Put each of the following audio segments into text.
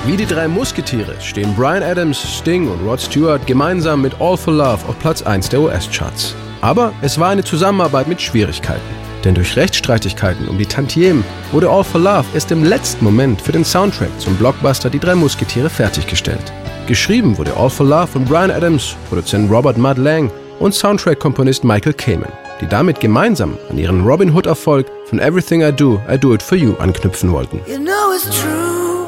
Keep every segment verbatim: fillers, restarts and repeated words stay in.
Wie die drei Musketiere stehen Bryan Adams, Sting und Rod Stewart gemeinsam mit All for Love auf Platz eins der U S-Charts. Aber es war eine Zusammenarbeit mit Schwierigkeiten. Denn durch Rechtsstreitigkeiten um die Tantiemen wurde All for Love erst im letzten Moment für den Soundtrack zum Blockbuster Die drei Musketiere fertiggestellt. Geschrieben wurde All for Love von Bryan Adams, Produzent Robert Mudd Lange und Soundtrack-Komponist Michael Kamen, die damit gemeinsam an ihren Robin Hood-Erfolg von Everything I Do, I Do It For You anknüpfen wollten. You know it's true.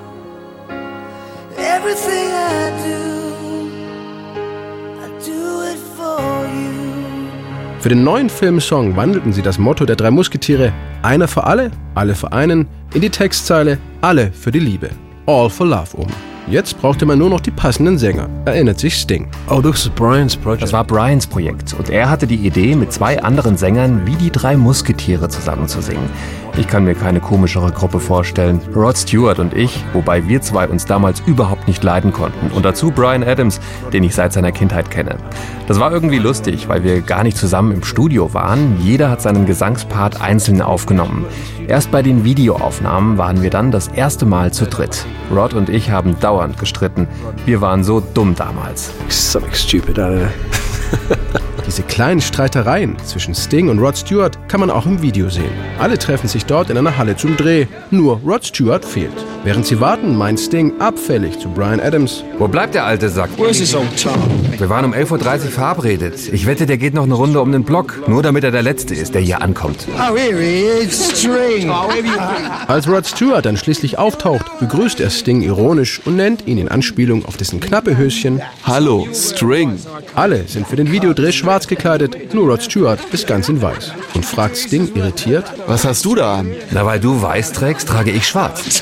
Everything I do, I do it for you. Für den neuen Filmsong wandelten sie das Motto der drei Musketiere „Einer für alle, alle für einen" in die Textzeile „Alle für die Liebe", All for Love um. Jetzt brauchte man nur noch die passenden Sänger, erinnert sich Sting. Oh, das ist Bryans Projekt. Das war Bryans Projekt und er hatte die Idee, mit zwei anderen Sängern wie die drei Musketiere zusammen zu singen. Ich kann mir keine komischere Gruppe vorstellen. Rod Stewart und ich, wobei wir zwei uns damals überhaupt nicht leiden konnten. Und dazu Bryan Adams, den ich seit seiner Kindheit kenne. Das war irgendwie lustig, weil wir gar nicht zusammen im Studio waren. Jeder hat seinen Gesangspart einzeln aufgenommen. Erst bei den Videoaufnahmen waren wir dann das erste Mal zu dritt. Rod und ich haben dauernd gestritten. Wir waren so dumm damals. Something stupid, I don't know. Diese kleinen Streitereien zwischen Sting und Rod Stewart kann man auch im Video sehen. Alle treffen sich dort in einer Halle zum Dreh, nur Rod Stewart fehlt. Während sie warten, meint Sting abfällig zu Bryan Adams: Wo bleibt der alte Sack? Wir waren um elf Uhr dreißig verabredet. Ich wette, der geht noch eine Runde um den Block, nur damit er der Letzte ist, der hier ankommt. Oh, here he is, String. Als Rod Stewart dann schließlich auftaucht, begrüßt er Sting ironisch und nennt ihn in Anspielung auf dessen knappe Höschen Hallo, String. Alle sind für den Videodreh schwarz gekleidet, nur Rod Stewart ist ganz in weiß. Und fragt Sting irritiert: Was hast du da an? Na, weil du weiß trägst, trage ich schwarz.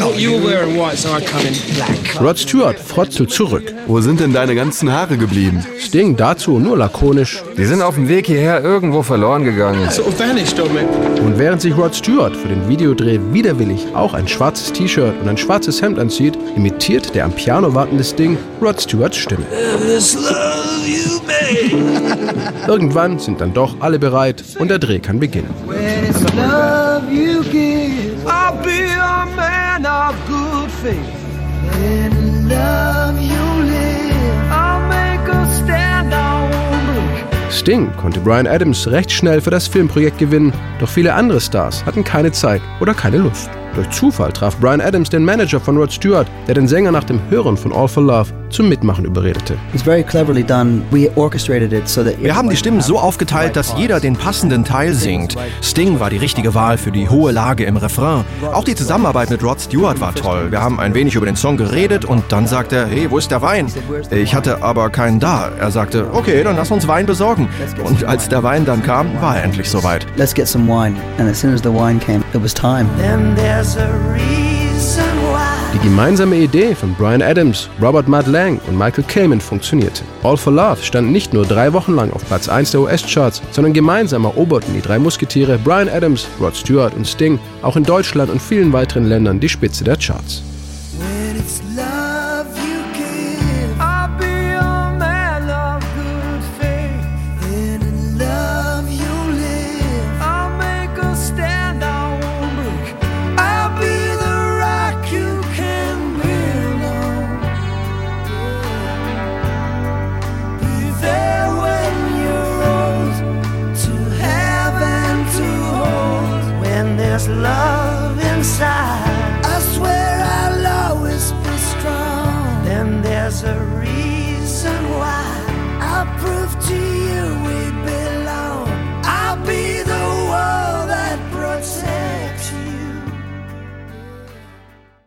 Rod Stewart frotzelt zurück. Wo sind denn deine ganzen Haare geblieben? Sting dazu nur lakonisch: Die sind auf dem Weg hierher irgendwo verloren gegangen. Und während sich Rod Stewart für den Videodreh widerwillig auch ein schwarzes T-Shirt und ein schwarzes Hemd anzieht, imitiert der am Piano wartende Sting Rod Stewarts Stimme. Irgendwann sind dann doch alle bereit und der Dreh kann beginnen. Sting konnte Bryan Adams recht schnell für das Filmprojekt gewinnen, doch viele andere Stars hatten keine Zeit oder keine Lust. Durch Zufall traf Bryan Adams den Manager von Rod Stewart, der den Sänger nach dem Hören von All for Love zum Mitmachen überredete. Wir haben die Stimmen so aufgeteilt, dass jeder den passenden Teil singt. Sting war die richtige Wahl für die hohe Lage im Refrain. Auch die Zusammenarbeit mit Rod Stewart war toll. Wir haben ein wenig über den Song geredet und dann sagte er: Hey, wo ist der Wein? Ich hatte aber keinen da. Er sagte: Okay, dann lass uns Wein besorgen. Und als der Wein dann kam, war er endlich soweit. Let's get some wine. And as soon as the wine came, it was time. Die gemeinsame Idee von Bryan Adams, Robert Mudd Lange und Michael Kamen funktionierte. All for Love stand nicht nur drei Wochen lang auf Platz eins der U S-Charts, sondern gemeinsam eroberten die drei Musketiere Bryan Adams, Rod Stewart und Sting auch in Deutschland und vielen weiteren Ländern die Spitze der Charts. Love inside.